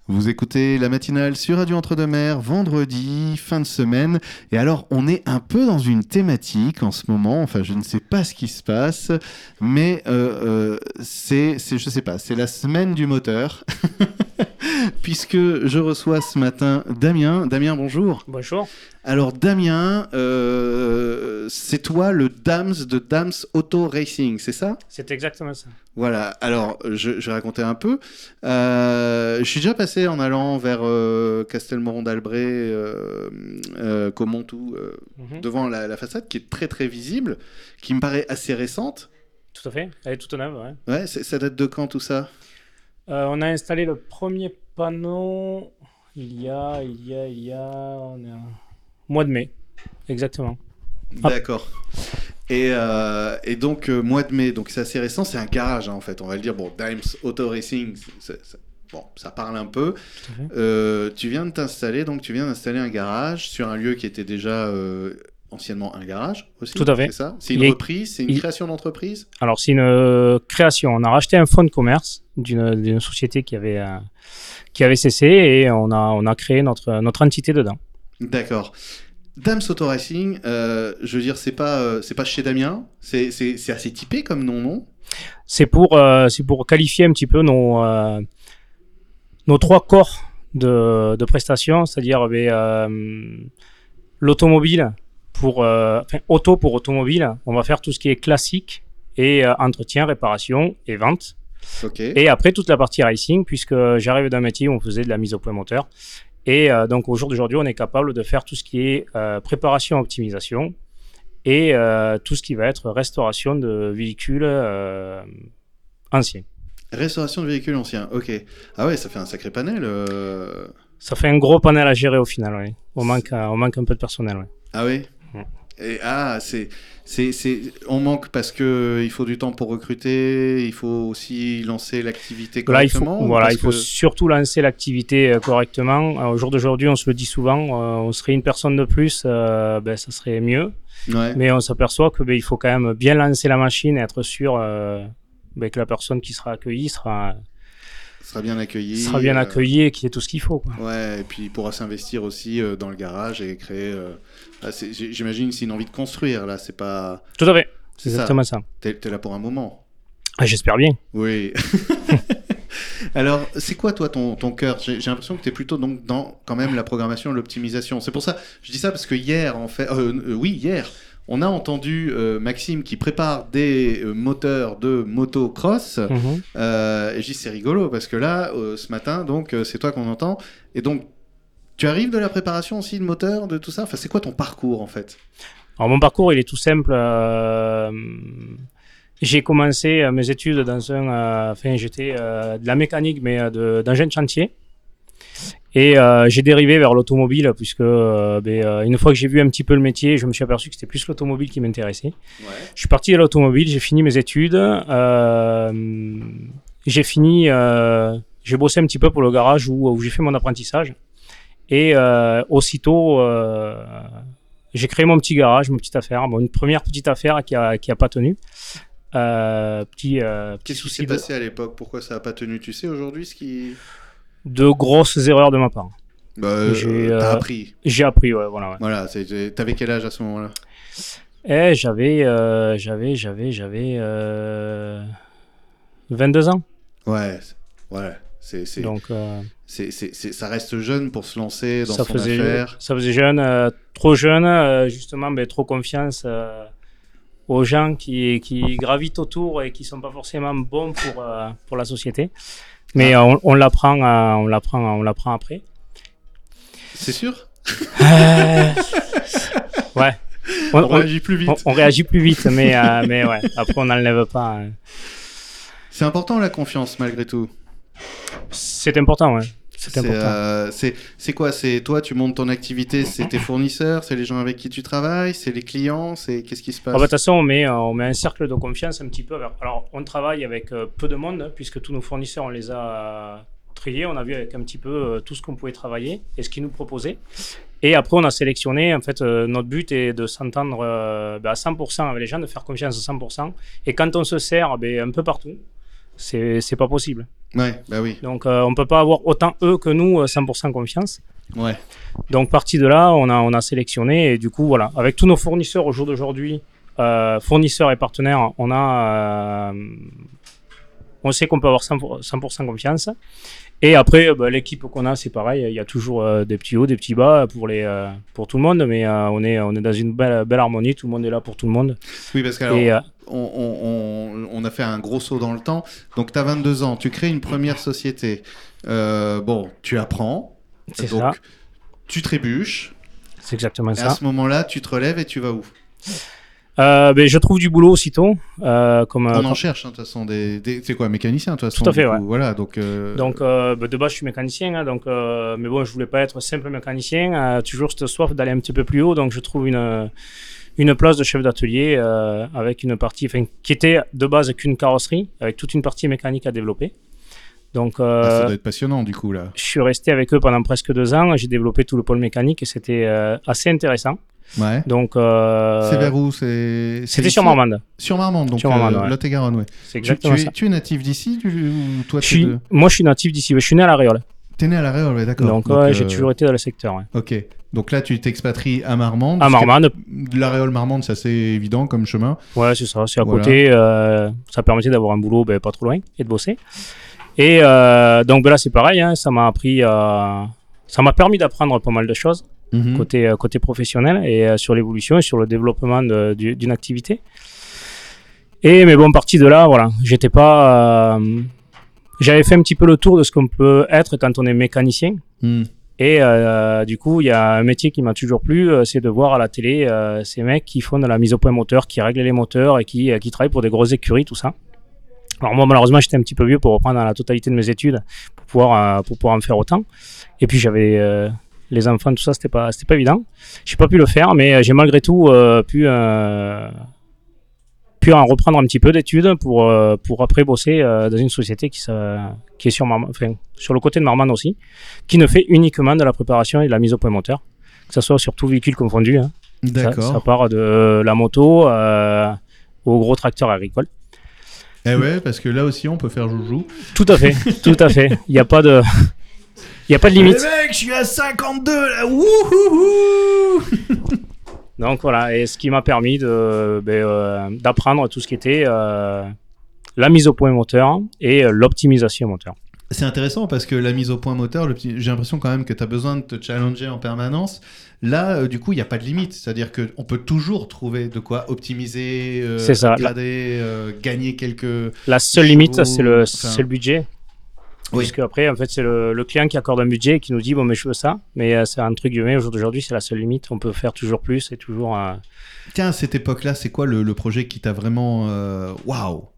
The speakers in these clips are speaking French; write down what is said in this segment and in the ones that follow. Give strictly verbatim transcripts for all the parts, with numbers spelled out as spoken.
Vous écoutez la matinale sur Radio Entre-deux-Mers, vendredi, fin de semaine. Et alors, on est un peu dans une thématique en ce moment. Enfin, je ne sais pas ce qui se passe, mais euh, euh, c'est, c'est, je sais pas, c'est la semaine du moteur. Puisque je reçois ce matin Damien. Damien, bonjour. Bonjour. Alors Damien, euh, c'est toi le Dams de Dams Auto Racing, c'est ça ? C'est exactement ça. Voilà, alors je, je vais raconter un peu. Euh, je suis déjà passé en allant vers euh, Castelmoron-d'Albret, euh, euh, Comont-tout, euh, mm-hmm. devant la, la façade qui est très très visible, qui me paraît assez récente. Tout à fait, elle est toute neuve. Ouais, ouais ça date de quand tout ça ? euh, On a installé le premier panneau il y a, il y a, il y a, on est en mois de mai, exactement. D'accord. Et, euh, et donc, euh, mois de mai, donc c'est assez récent, c'est un garage hein, en fait, on va le dire. Bon, Dams Auto Racing, c'est, c'est, bon, ça parle un peu. Euh, tu viens de t'installer, donc tu viens d'installer un garage sur un lieu qui était déjà euh, anciennement un garage aussi. Tout à fait. C'est ça ? C'est une Il reprise, c'est une il... création d'entreprise ? Alors, c'est une euh, création. On a racheté un fonds de commerce d'une, d'une société qui avait, euh, qui avait cessé et on a, on a créé notre, notre entité dedans. D'accord. Dams Auto Racing, euh, je veux dire, c'est pas, euh, c'est pas chez Damien, c'est, c'est, c'est assez typé comme nom, non ? C'est pour, euh, c'est pour qualifier un petit peu nos, euh, nos trois corps de, de prestations, c'est-à-dire euh, l'automobile, pour, euh, enfin, auto pour automobile, on va faire tout ce qui est classique et euh, entretien, réparation et vente. Okay. Et après, toute la partie racing, puisque j'arrive d'un métier où on faisait de la mise au point moteur. Et euh, donc, au jour d'aujourd'hui, on est capable de faire tout ce qui est euh, préparation, optimisation et euh, tout ce qui va être restauration de véhicules euh, anciens. Restauration de véhicules anciens, ok. Ah ouais, ça fait un sacré panel. Euh... Ça fait un gros panel à gérer au final, oui. On manque, on manque un peu de personnel, oui. Ah oui mmh. Et, ah, c'est, c'est, c'est, on manque parce qu'il faut du temps pour recruter, il faut aussi lancer l'activité correctement. Là, il faut, voilà, il faut que... surtout lancer l'activité euh, correctement. Alors, au jour d'aujourd'hui, on se le dit souvent, euh, on serait une personne de plus, euh, ben, ça serait mieux. Ouais. Mais on s'aperçoit que ben, il faut quand même bien lancer la machine et être sûr euh, ben, que la personne qui sera accueillie sera... sera bien accueilli. sera bien accueilli euh... et qu'il y ait tout ce qu'il faut. Quoi. Ouais, et puis il pourra s'investir aussi euh, dans le garage et créer... Euh... Ah, c'est, j'imagine que c'est une envie de construire, là, c'est pas... Tout à fait, c'est, c'est exactement ça. ça. T'es, t'es là pour un moment. Ah, j'espère bien. Oui. Alors, c'est quoi, toi, ton, ton cœur ? j'ai, j'ai l'impression que t'es plutôt donc, dans, quand même, la programmation, l'optimisation. C'est pour ça, je dis ça parce que hier, en fait... Euh, euh, oui, hier... On a entendu euh, Maxime qui prépare des euh, moteurs de motocross. Mmh. Euh, et je dis c'est rigolo parce que là, euh, ce matin, donc euh, c'est toi qu'on entend. Et donc, tu arrives de la préparation aussi de moteur, de tout ça. Enfin, c'est quoi ton parcours en fait ? Alors mon parcours, il est tout simple. Euh, j'ai commencé mes études dans un, euh, enfin j'étais euh, de la mécanique, mais euh, de, d'engin de chantier. Et euh, j'ai dérivé vers l'automobile puisque euh, ben, euh, une fois que j'ai vu un petit peu le métier, je me suis aperçu que c'était plus l'automobile qui m'intéressait. Ouais. Je suis parti de l'automobile, j'ai fini mes études, euh, j'ai fini, euh, j'ai bossé un petit peu pour le garage où, où j'ai fait mon apprentissage. Et euh, aussitôt, euh, j'ai créé mon petit garage, mon petite affaire, bon, une première petite affaire qui a qui a pas tenu. Euh, petit, euh, petit Qu'est-ce qui s'est de... passé à l'époque ? Pourquoi ça a pas tenu ? Tu sais aujourd'hui ce qui... De grosses erreurs de ma part. Bah, j'ai, euh, t'as appris. J'ai appris, ouais, voilà. Ouais. Voilà, c'est, t'avais quel âge à ce moment-là ? Eh, j'avais, euh, j'avais, j'avais, j'avais euh, vingt-deux ans. Ouais, ouais. C'est, c'est, Donc, euh, c'est, c'est, c'est, ça reste jeune pour se lancer dans ça son faisait, affaire. Ça faisait jeune, euh, trop jeune, euh, justement, mais trop confiance euh, aux gens qui, qui gravitent autour et qui sont pas forcément bons pour, euh, pour la société. Mais ah. on, on l'apprend, euh, on l'apprend, on l'apprend après. C'est sûr ? euh, Ouais. On, on réagit plus vite. On, on réagit plus vite, mais euh, mais ouais. Après, on n'enlève pas. Hein. C'est important la confiance malgré tout. C'est important, ouais. C'est, c'est, important. Euh, c'est, c'est quoi ? C'est toi, tu montes ton activité, c'est tes fournisseurs, c'est les gens avec qui tu travailles, c'est les clients, c'est qu'est-ce qui se passe ? De ah bah, toute façon, on met, on met un cercle de confiance un petit peu. Vers... Alors, on travaille avec euh, peu de monde, puisque tous nos fournisseurs, on les a euh, triés. On a vu avec un petit peu euh, tout ce qu'on pouvait travailler et ce qu'ils nous proposaient. Et après, on a sélectionné. En fait, euh, notre but est de s'entendre euh, bah, à cent pour cent avec les gens, de faire confiance à cent pour cent. Et quand on se sert bah, un peu partout, c'est, c'est pas possible. Ouais, bah oui. Donc euh, on peut pas avoir autant eux que nous cent pour cent confiance. Ouais. Donc parti de là, on a, on a sélectionné et du coup voilà, avec tous nos fournisseurs au jour d'aujourd'hui, euh, fournisseurs et partenaires, on a, euh, on sait qu'on peut avoir cent pour cent confiance. Et après, bah, l'équipe qu'on a, c'est pareil, il y a toujours euh, des petits hauts, des petits bas pour, les, euh, pour tout le monde, mais euh, on, est, on est dans une belle, belle harmonie, tout le monde est là pour tout le monde. Oui, parce qu'alors, Et, euh, on, on, on a fait un gros saut dans le temps. Donc, tu as vingt-deux ans, tu crées une première société. Euh, bon, tu apprends. C'est donc, ça. tu trébuches. C'est exactement Et ça. à ce moment-là, tu te relèves et tu vas où? Euh, ben, je trouve du boulot aussitôt. Euh, comme, On euh, en comme... cherche, hein, de toute façon. Des, des... C'est quoi, mécanicien, de toute façon? Tout à fait, coup, ouais. Voilà, donc... Euh... Donc, euh, ben, de base, je suis mécanicien, hein, donc, euh, mais bon, je voulais pas être simple mécanicien. Euh, toujours cette soif d'aller un petit peu plus haut, donc je trouve une, une place de chef d'atelier euh, avec une partie, enfin, qui était de base qu'une carrosserie, avec toute une partie mécanique à développer. Donc, euh, ah, ça doit être passionnant, du coup, là. Je suis resté avec eux pendant presque deux ans. J'ai développé tout le pôle mécanique et c'était euh, assez intéressant. Ouais. Donc, euh... c'est vers où? c'est... C'était sur Marmande. Sur Marmande, donc sur Marmande, euh, ouais. Lot-et-Garonne, ouais. C'est exactement tu, tu, ça. es, tu es natif d'ici tu, ou toi, je suis... de... Moi, je suis natif d'ici. Je suis né à La Réole. T'es né à La Réole, ouais, d'accord. Donc, donc ouais, euh... j'ai toujours été dans le secteur. Ouais. Ok. Donc là, tu t'expatries à Marmande. À Marmande. La Réole-Marmande, c'est assez évident comme chemin. Ouais, c'est ça. C'est à voilà. côté. Euh... Ça permettait d'avoir un boulot ben, pas trop loin et de bosser. Et euh, donc ben là, c'est pareil. Hein, ça m'a appris à... Ça m'a permis d'apprendre pas mal de choses. Mmh. Côté, euh, côté professionnel et euh, sur l'évolution et sur le développement de, du, d'une activité. Et mais bon, parti de là, voilà, j'étais pas. Euh, j'avais fait un petit peu le tour de ce qu'on peut être quand on est mécanicien. Mmh. Et euh, du coup, il y a un métier qui m'a toujours plu, euh, c'est de voir à la télé euh, ces mecs qui font de la mise au point moteur, qui règlent les moteurs et qui, euh, qui travaillent pour des grosses écuries, tout ça. Alors moi, malheureusement, j'étais un petit peu vieux pour reprendre la totalité de mes études pour pouvoir, euh, pour pouvoir en faire autant. Et puis j'avais. Euh, les enfants, tout ça, c'était pas, c'était pas évident. J'ai pas pu le faire, mais j'ai malgré tout euh, pu, euh, pu en reprendre un petit peu d'études pour, euh, pour après bosser euh, dans une société qui, ça, qui est sur, Marmande, enfin, sur le côté de Marmande aussi, qui ne fait uniquement de la préparation et de la mise au point moteur, que ce soit sur tout véhicule confondu. Hein. D'accord. Ça, ça part de la moto euh, au gros tracteur agricole. Eh ouais, parce que là aussi, on peut faire joujou. Tout à fait, tout à fait. Il n'y a pas de... Il n'y a pas de limite. Mais mec, je suis à cinquante-deux là. Wouhouhou. Donc voilà, et ce qui m'a permis de, ben, euh, d'apprendre tout ce qui était euh, la mise au point moteur et euh, l'optimisation moteur. C'est intéressant parce que la mise au point moteur, le petit... j'ai l'impression quand même que tu as besoin de te challenger en permanence. Là, euh, du coup, il n'y a pas de limite. C'est-à-dire qu'on peut toujours trouver de quoi optimiser, euh, c'est ça. upgrader, euh, gagner quelques... La seule chevaux, limite, c'est le, enfin... c'est le budget. Oui. Parce qu'après, en fait, c'est le, le client qui accorde un budget et qui nous dit, bon, mais je veux ça. Mais euh, c'est un truc humain. Au jour d'aujourd'hui, c'est la seule limite. On peut faire toujours plus et toujours... Euh... Tiens, à cette époque-là, c'est quoi le, le projet qui t'a vraiment... Waouh wow.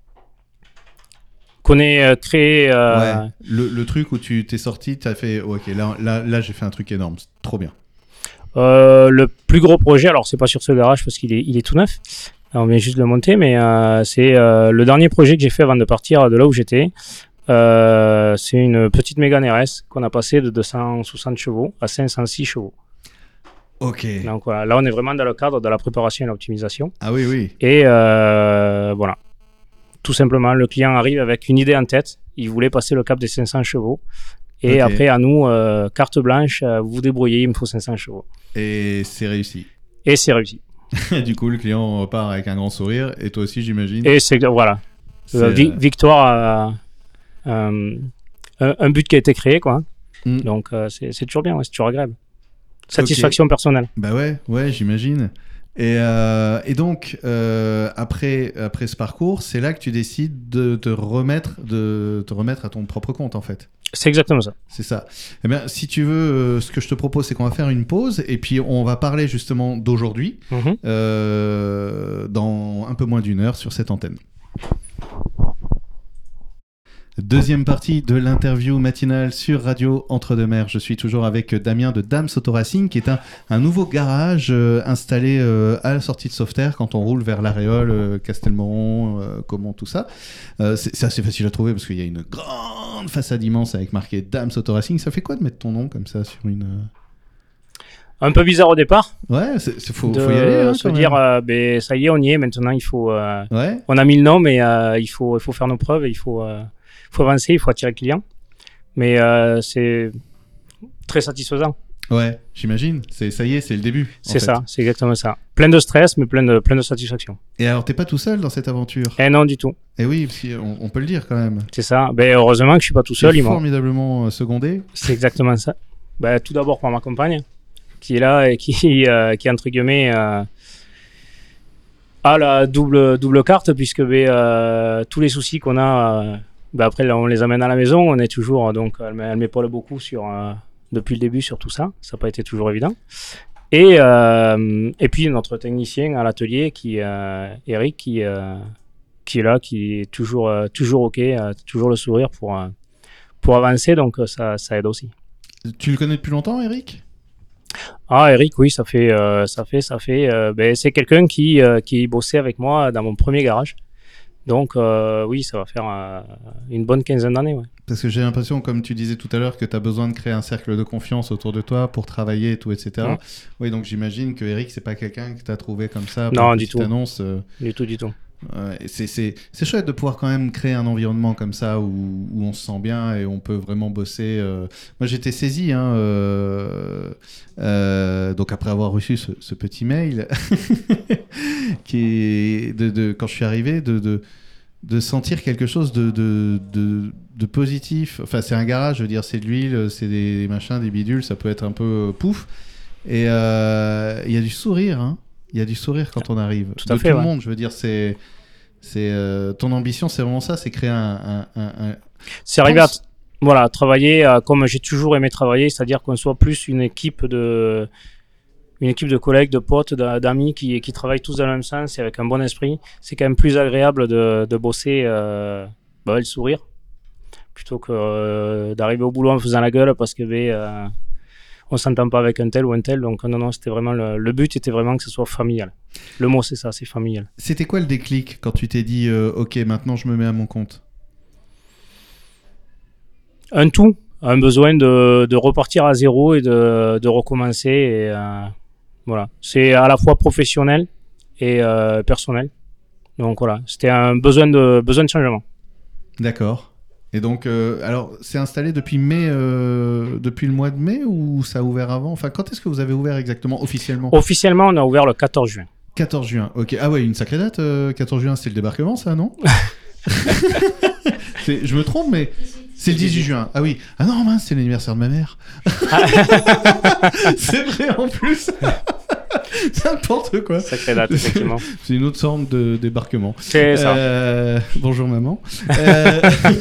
Qu'on ait euh, créé... Euh... Ouais. Le, le truc où tu t'es sorti, tu as fait, oh, ok, là, là, là j'ai fait un truc énorme. C'est trop bien. Euh, le plus gros projet, alors c'est pas sur ce garage parce qu'il est, il est tout neuf. On vient juste de le monter, mais euh, c'est euh, le dernier projet que j'ai fait avant de partir de là où j'étais. Euh, c'est une petite Mégane R S qu'on a passé de deux cent soixante chevaux à cinq cent six chevaux. Ok. Donc voilà, là on est vraiment dans le cadre de la préparation et l'optimisation. Ah oui, oui. Et euh, voilà, tout simplement, le client arrive avec une idée en tête. Il voulait passer le cap des cinq cents chevaux. Et okay. Après, à nous, euh, carte blanche, euh, vous vous débrouillez, il me faut cinq cents chevaux. Et c'est réussi. Et c'est réussi. Du coup, le client repart avec un grand sourire. Et toi aussi, j'imagine. Et c'est, voilà, c'est, euh, vi- victoire... Euh, Euh, un, un but qui a été créé, quoi. Mm. Donc, euh, c'est, c'est toujours bien, ouais, c'est toujours agréable. Satisfaction okay. personnelle. Bah ouais, ouais, j'imagine. Et, euh, et donc, euh, après, après ce parcours, c'est là que tu décides de te remettre, de te remettre à ton propre compte, en fait. C'est exactement ça. C'est ça. Eh bien, si tu veux, euh, ce que je te propose, c'est qu'on va faire une pause et puis on va parler justement d'aujourd'hui mm-hmm. euh, dans un peu moins d'une heure sur cette antenne. Deuxième partie de l'interview matinale sur Radio Entre-deux-Mers. Je suis toujours avec Damien de Dams Auto Racing, qui est un, un nouveau garage euh, installé euh, à la sortie de Sauveterre quand on roule vers La Réole, euh, Castelmoron, euh, Caumont, tout ça. Euh, c'est, c'est assez facile à trouver parce qu'il y a une grande façade immense avec marqué Dams Auto Racing. Ça fait quoi de mettre ton nom comme ça sur une... Un peu bizarre au départ. Ouais, c'est, c'est faut, de faut y aller. Hein, se dire, euh, ben, ça y est, on y est. Maintenant, il faut. Euh, ouais. On a mis le nom, mais euh, il faut, il faut faire nos preuves. Il faut, euh, faut avancer. Il faut attirer le client. Mais euh, c'est très satisfaisant. Ouais, j'imagine. C'est, ça y est, c'est le début. C'est ça, c'est exactement ça. Plein de stress, mais plein de, plein de satisfaction. Et alors, t'es pas tout seul dans cette aventure? Eh non, du tout. Eh oui, parce qu'on, on peut le dire quand même. C'est ça. Ben, heureusement que je suis pas tout seul. T'es Ils m'ont... formidablement secondé. C'est exactement ça. Ben, tout d'abord par ma compagne, qui est là et qui, euh, qui entre guillemets, euh, a la double, double carte, puisque ben, euh, tous les soucis qu'on a, euh, ben, après, là, on les amène à la maison. On est toujours, donc, elle, elle m'épaule beaucoup sur... Euh, depuis le début sur tout ça, ça n'a pas été toujours évident. Et, euh, et puis notre technicien à l'atelier, qui, euh, Eric, qui, euh, qui est là, qui est toujours, euh, toujours OK, euh, toujours le sourire pour, euh, pour avancer, donc ça, ça aide aussi. Tu le connais depuis longtemps, Eric? Ah, Eric, oui, ça fait, euh, ça fait, ça fait. Euh, ben, c'est quelqu'un qui, euh, qui bossait avec moi dans mon premier garage. Donc, euh, oui, ça va faire euh, une bonne quinzaine d'années. Ouais. Parce que j'ai l'impression, comme tu disais tout à l'heure, que tu as besoin de créer un cercle de confiance autour de toi pour travailler et tout, et cetera. Mmh. Oui, donc j'imagine que Eric, c'est pas quelqu'un que tu as trouvé comme ça. Non, du tout. Annonce, euh... Du tout, du tout. Ouais, c'est, c'est, c'est chouette de pouvoir quand même créer un environnement comme ça où, où on se sent bien et on peut vraiment bosser. Euh... Moi, j'étais saisi, hein, euh... Euh... donc après avoir reçu ce, ce petit mail, qui est de, de, quand je suis arrivé, de, de, de sentir quelque chose de, de, de, de positif. Enfin, c'est un garage, je veux dire, c'est de l'huile, c'est des, des machins, des bidules, ça peut être un peu pouf. Et il euh, y a du sourire, hein. Il y a du sourire quand on arrive. Tout à de fait, tout ouais. le monde, je veux dire, c'est, c'est euh, ton ambition, c'est vraiment ça, c'est créer un. un, un, un... C'est arriver à, t- voilà, travailler euh, comme j'ai toujours aimé travailler, c'est-à-dire qu'on soit plus une équipe de, une équipe de collègues, de potes, d'amis qui, qui travaillent tous dans le même sens et avec un bon esprit. C'est quand même plus agréable de, de bosser, euh, bah, le sourire, plutôt que euh, d'arriver au boulot en faisant la gueule parce que ben, euh, on s'entend pas avec un tel ou un tel. Donc non, non, c'était vraiment le, le but était vraiment que ce soit familial. Le mot c'est ça, c'est familial. C'était quoi le déclic quand tu t'es dit euh, ok, maintenant je me mets à mon compte? Un tout, un besoin de, de repartir à zéro et de, de recommencer. Et, euh, voilà, c'est à la fois professionnel et euh, personnel. Donc voilà, c'était un besoin de besoin de changement. D'accord. Et donc, euh, alors, c'est installé depuis mai, euh, depuis le mois de mai ou ça a ouvert avant? Enfin, quand est-ce que vous avez ouvert exactement, officiellement? Officiellement, on a ouvert le quatorze juin. quatorze juin, ok. Ah ouais, une sacrée date, euh, quatorze juin, c'est le débarquement, ça, non? c'est, je me trompe, mais c'est le dix-huit juin. Ah oui. Ah non, mince, c'est l'anniversaire de ma mère. C'est vrai, en plus. N'importe quoi. Sacrée date, effectivement. C'est une autre forme de débarquement. C'est ça. Euh, bonjour, maman. euh...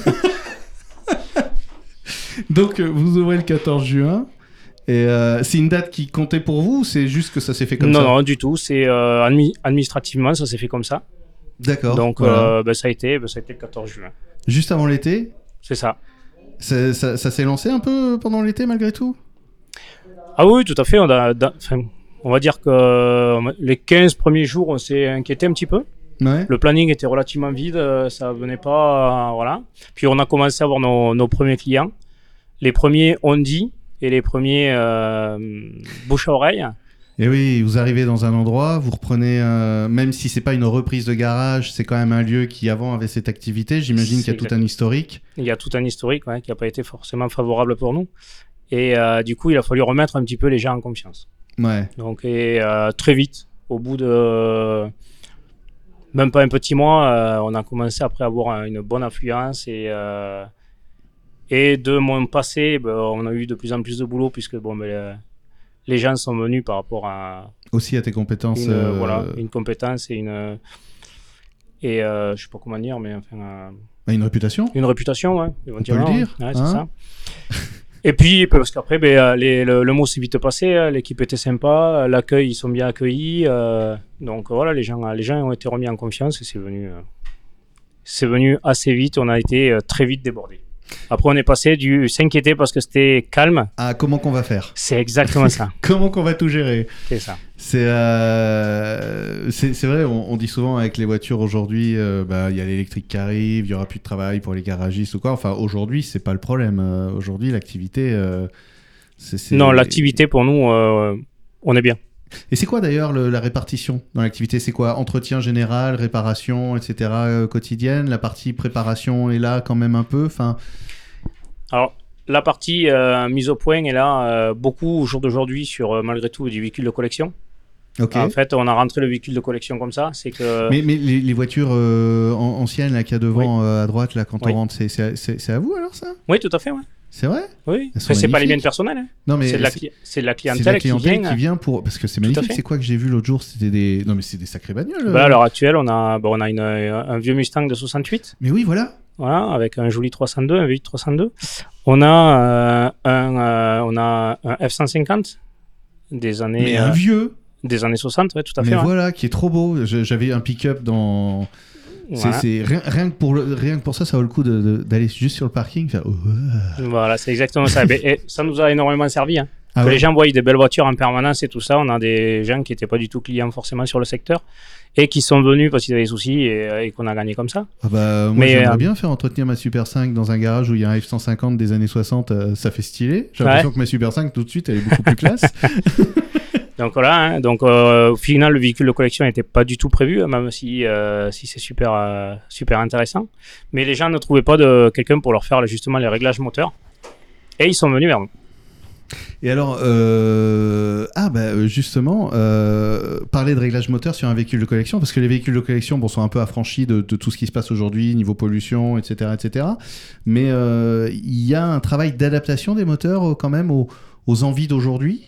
Donc, vous ouvrez le quatorze juin. Et euh, c'est une date qui comptait pour vous ou c'est juste que ça s'est fait comme non, ça? Non, non, du tout. C'est euh, admi- administrativement, ça s'est fait comme ça. D'accord. Donc, voilà. euh, ben, ça, a été, ben, ça a été le quatorze juin. Juste avant l'été? C'est ça. Ça, ça, ça s'est lancé un peu pendant l'été malgré tout? Ah oui, tout à fait. On, a, da, on va dire que euh, les quinze premiers jours, on s'est inquiété un petit peu. Ouais. Le planning était relativement vide, ça venait pas, euh, voilà. Puis on a commencé à avoir nos, nos premiers clients. Les premiers on dit et les premiers euh, bouche à oreille. Et oui, vous arrivez dans un endroit, vous reprenez, euh, même si c'est pas une reprise de garage, c'est quand même un lieu qui avant avait cette activité. J'imagine c'est qu'il y a exact. Tout un historique. Il y a tout un historique, ouais, qui n'a pas été forcément favorable pour nous. Et euh, du coup, il a fallu remettre un petit peu les gens en confiance. Ouais. Donc, et, euh, très vite, au bout de euh, même pas un petit mois, euh, on a commencé après à avoir une bonne affluence et euh, et de mon passé, ben, on a eu de plus en plus de boulot puisque bon, ben, les, les gens sont venus par rapport à aussi à tes compétences. Une, euh... Voilà, une compétence et une et euh, je sais pas comment dire, mais enfin. Euh, une réputation. Une réputation, ouais. On peut le dire. Ouais, c'est hein ça. Et puis, parce qu'après, ben, les, le, le mot s'est vite passé, l'équipe était sympa, l'accueil, ils sont bien accueillis. Euh, donc voilà, les gens, les gens ont été remis en confiance et c'est venu, euh, c'est venu assez vite, on a été euh, très vite débordés. Après, on est passé du s'inquiéter parce que c'était calme. Ah, comment qu'on va faire? C'est exactement ça. Comment qu'on va tout gérer? C'est ça. C'est, euh, c'est, c'est vrai, on, on dit souvent avec les voitures aujourd'hui, euh, bah, y a l'électrique qui arrive, il n'y aura plus de travail pour les garagistes ou quoi. Enfin, aujourd'hui, c'est pas le problème. Euh, aujourd'hui, l'activité... Euh, c'est, c'est... Non, l'activité pour nous, euh, on est bien. Et c'est quoi d'ailleurs le, la répartition dans l'activité? C'est quoi? Entretien général, réparation, et cetera euh, quotidienne? La partie préparation est là quand même un peu enfin... Alors, la partie euh, mise au point est là euh, beaucoup au jour d'aujourd'hui sur, euh, malgré tout, du véhicule de collection. Okay. En fait, on a rentré le véhicule de collection comme ça. C'est que... Mais, mais les, les voitures euh, anciennes là, qu'il y a devant oui. euh, à droite, là, quand oui. on rentre, c'est, c'est, c'est, c'est à vous alors ça? Oui, tout à fait, ouais. C'est vrai? Oui, enfin, c'est pas les miennes personnelles. Hein. Non, mais c'est, de la, c'est, c'est de la clientèle, c'est de la clientèle qui, vient, qui vient pour. Parce que c'est magnifique. C'est quoi que j'ai vu l'autre jour? C'était des. Non, mais c'est des sacrées bagnoles. Bah, à l'heure actuelle, on a, bah, on a une, un vieux Mustang de soixante-huit. Mais oui, voilà. Voilà, avec un joli trois cent deux, un V huit trois cent deux. On a, euh, un, euh, on a un F cent cinquante des années. Mais un euh, vieux. Des années soixante, ouais, tout à fait. Mais ouais. voilà, qui est trop beau. Je, j'avais un pick-up dans. C'est, c'est rien, rien, que pour le, rien que pour ça, ça vaut le coup de, de, d'aller juste sur le parking. Faire, oh, oh. Voilà, c'est exactement ça. Et ça nous a énormément servi. Hein. Ah que ouais. les gens voient des belles voitures en permanence et tout ça. On a des gens qui n'étaient pas du tout clients forcément sur le secteur et qui sont venus parce qu'ils avaient des soucis et, et qu'on a gagné comme ça. Ah bah, moi, Mais j'aimerais euh... bien faire entretenir ma Super cinq dans un garage où il y a un F cent cinquante des années soixante. Euh, ça fait stylé. J'ai l'impression ouais. que ma Super cinq, tout de suite, elle est beaucoup plus classe. Donc voilà, hein. Donc euh, au final le véhicule de collection n'était pas du tout prévu, même si, euh, si c'est super, euh, super intéressant. Mais les gens ne trouvaient pas de quelqu'un pour leur faire justement les réglages moteurs. Et ils sont venus vers nous. Et alors, euh... ah bah justement, euh... parler de réglage moteur sur un véhicule de collection, parce que les véhicules de collection bon, sont un peu affranchis de, de tout ce qui se passe aujourd'hui, niveau pollution, et cetera, et cetera. Mais il euh, y a un travail d'adaptation des moteurs quand même aux, aux envies d'aujourd'hui.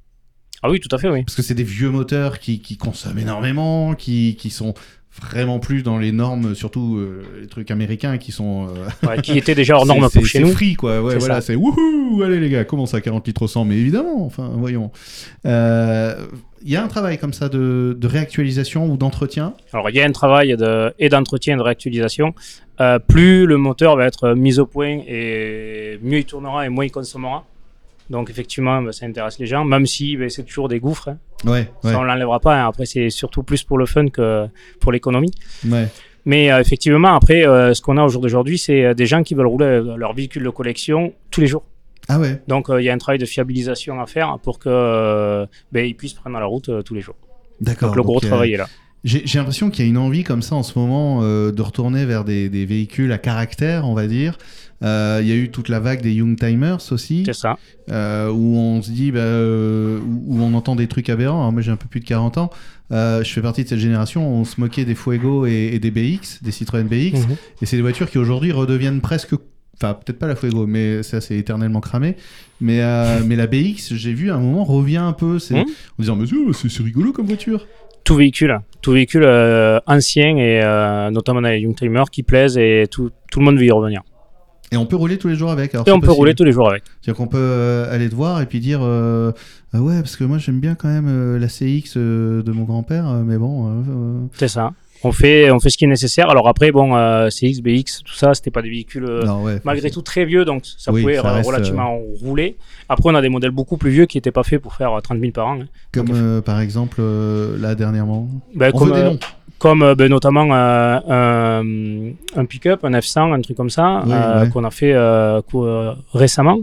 Ah oui, tout à fait, oui. Parce que c'est des vieux moteurs qui, qui consomment énormément, qui, qui sont vraiment plus dans les normes, surtout euh, les trucs américains qui sont... Euh... Ouais, qui étaient déjà hors normes pour c'est, chez c'est nous. C'est free, quoi. Ouais, c'est voilà, ça. C'est wouhou, allez les gars, comment ça, quarante litres au cent? Mais évidemment, enfin, voyons. Il euh, y a un travail comme ça de, de réactualisation ou d'entretien? Alors, il y a un travail de, et d'entretien et de réactualisation. Euh, plus le moteur va être mis au point et mieux il tournera et moins il consommera. Donc effectivement, bah, ça intéresse les gens, même si bah, c'est toujours des gouffres. Hein. Ouais, ouais. Ça, on ne l'enlèvera pas. Hein. Après, c'est surtout plus pour le fun que pour l'économie. Ouais. Mais euh, effectivement, après, euh, ce qu'on a au jour d'aujourd'hui, c'est euh, des gens qui veulent rouler leur véhicule de collection tous les jours. Ah ouais. Donc, il euh, y a un travail de fiabilisation à faire pour qu'ils euh, bah, puissent prendre la route euh, tous les jours. D'accord. Donc, le gros donc, travail euh... est là. J'ai, j'ai l'impression qu'il y a une envie comme ça en ce moment euh, de retourner vers des, des véhicules à caractère, on va dire. Euh, il y a eu toute la vague des Youngtimers aussi. C'est ça. Euh, où on se dit, bah, euh, où on entend des trucs aberrants. Alors moi j'ai un peu plus de quarante ans. Euh, je fais partie de cette génération où on se moquait des Fuego et, et des B X, des Citroën B X. Mm-hmm. Et c'est des voitures qui aujourd'hui redeviennent presque... Enfin, peut-être pas la Fuego, mais ça c'est éternellement cramé. Mais, euh, mais la B X, j'ai vu à un moment, revient un peu. C'est, mm-hmm. En disant, mais c'est, c'est rigolo comme voiture. Tout véhicule, tout véhicule euh, ancien et euh, notamment les Youngtimers qui plaisent et tout, tout le monde veut y revenir. Et on peut rouler tous les jours avec. Alors et on peut rouler tous les jours avec. C'est-à-dire qu'on peut euh, aller te voir et puis dire euh, ah ouais, parce que moi j'aime bien quand même euh, la C X euh, de mon grand-père, euh, mais bon. Euh, c'est ça. On fait, on fait ce qui est nécessaire. Alors après, bon, euh, C X, B X, tout ça, c'était pas des véhicules euh, non, ouais, malgré tout très vieux, donc ça oui, pouvait ça reste, relativement euh... rouler. Après, on a des modèles beaucoup plus vieux qui n'étaient pas faits pour faire trente mille par an. Hein. Comme donc, euh, par exemple, euh, là dernièrement ben, on comme, veut des noms. Comme euh, ben, notamment euh, un, un pick-up, un F cent, un truc comme ça, oui, euh, ouais. qu'on a fait euh, euh, récemment.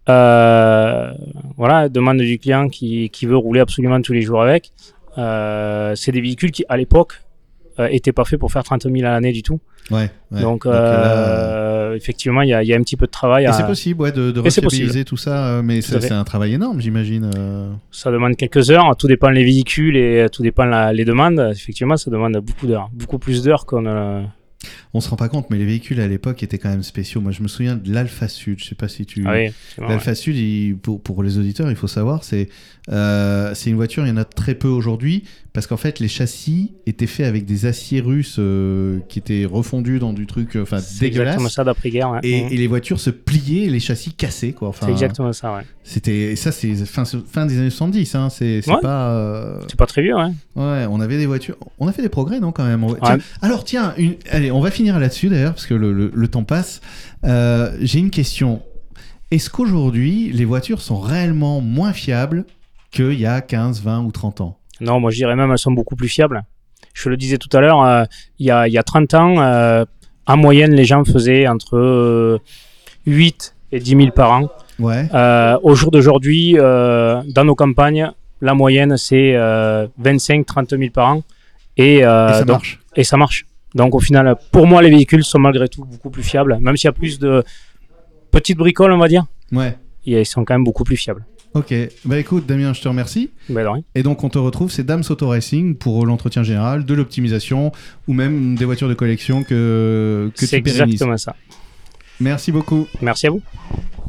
Euh, voilà, demande du client qui, qui veut rouler absolument tous les jours avec. Euh, c'est des véhicules qui, à l'époque, n'était pas fait pour faire trente mille à l'année du tout. Ouais, ouais. Donc, Donc euh, là... effectivement, il y, y a un petit peu de travail. Et à... c'est possible ouais, de, de refiabiliser tout ça, mais c'est, c'est un travail énorme, j'imagine. Euh... Ça demande quelques heures, tout dépend des véhicules et tout dépend la, les demandes. Effectivement, ça demande beaucoup d'heures, beaucoup plus d'heures qu'on... Euh... On se rend pas compte, mais les véhicules à l'époque étaient quand même spéciaux. Moi, je me souviens de l'Alfa Sud. Je sais pas si tu. Ah oui, L'Alfa ouais. Sud, il, pour, pour les auditeurs, il faut savoir, c'est euh, c'est une voiture. Il y en a très peu aujourd'hui parce qu'en fait, les châssis étaient faits avec des aciers russes euh, qui étaient refondus dans du truc, enfin c'est dégueulasse. Exactement ça d'après-guerre. Ouais. Et, mmh. et les voitures se pliaient, et les châssis cassés, quoi. Enfin, c'est exactement ça, ouais. C'était ça, c'est fin, fin des années soixante-dix. Hein. C'est, c'est ouais. pas. Euh... C'est pas très vieux, ouais. Ouais, on avait des voitures. On a fait des progrès, non, quand même. On... Tiens, ouais. Alors tiens, une... allez, on va finir là-dessus d'ailleurs parce que le, le, le temps passe. Euh, j'ai une question. Est-ce qu'aujourd'hui, les voitures sont réellement moins fiables qu'il y a quinze, vingt ou trente ans? Non, moi je dirais même elles sont beaucoup plus fiables. Je le disais tout à l'heure, euh, il y a, il y a trente ans, euh, en moyenne, les gens faisaient entre euh, huit et dix mille par an. Ouais. Euh, au jour d'aujourd'hui, euh, dans nos campagnes, la moyenne, c'est euh, vingt-cinq à trente mille par an. Et, euh, et ça donc, marche. Et ça marche. Donc au final, pour moi, les véhicules sont malgré tout beaucoup plus fiables. Même s'il y a plus de petites bricoles, on va dire, ouais. ils sont quand même beaucoup plus fiables. Ok, bah écoute Damien, je te remercie. Bah, de rien. Et donc on te retrouve, c'est Dams Auto Racing pour l'entretien général, de l'optimisation ou même des voitures de collection que, que tu C'est pérennises. exactement ça. Merci beaucoup. Merci à vous.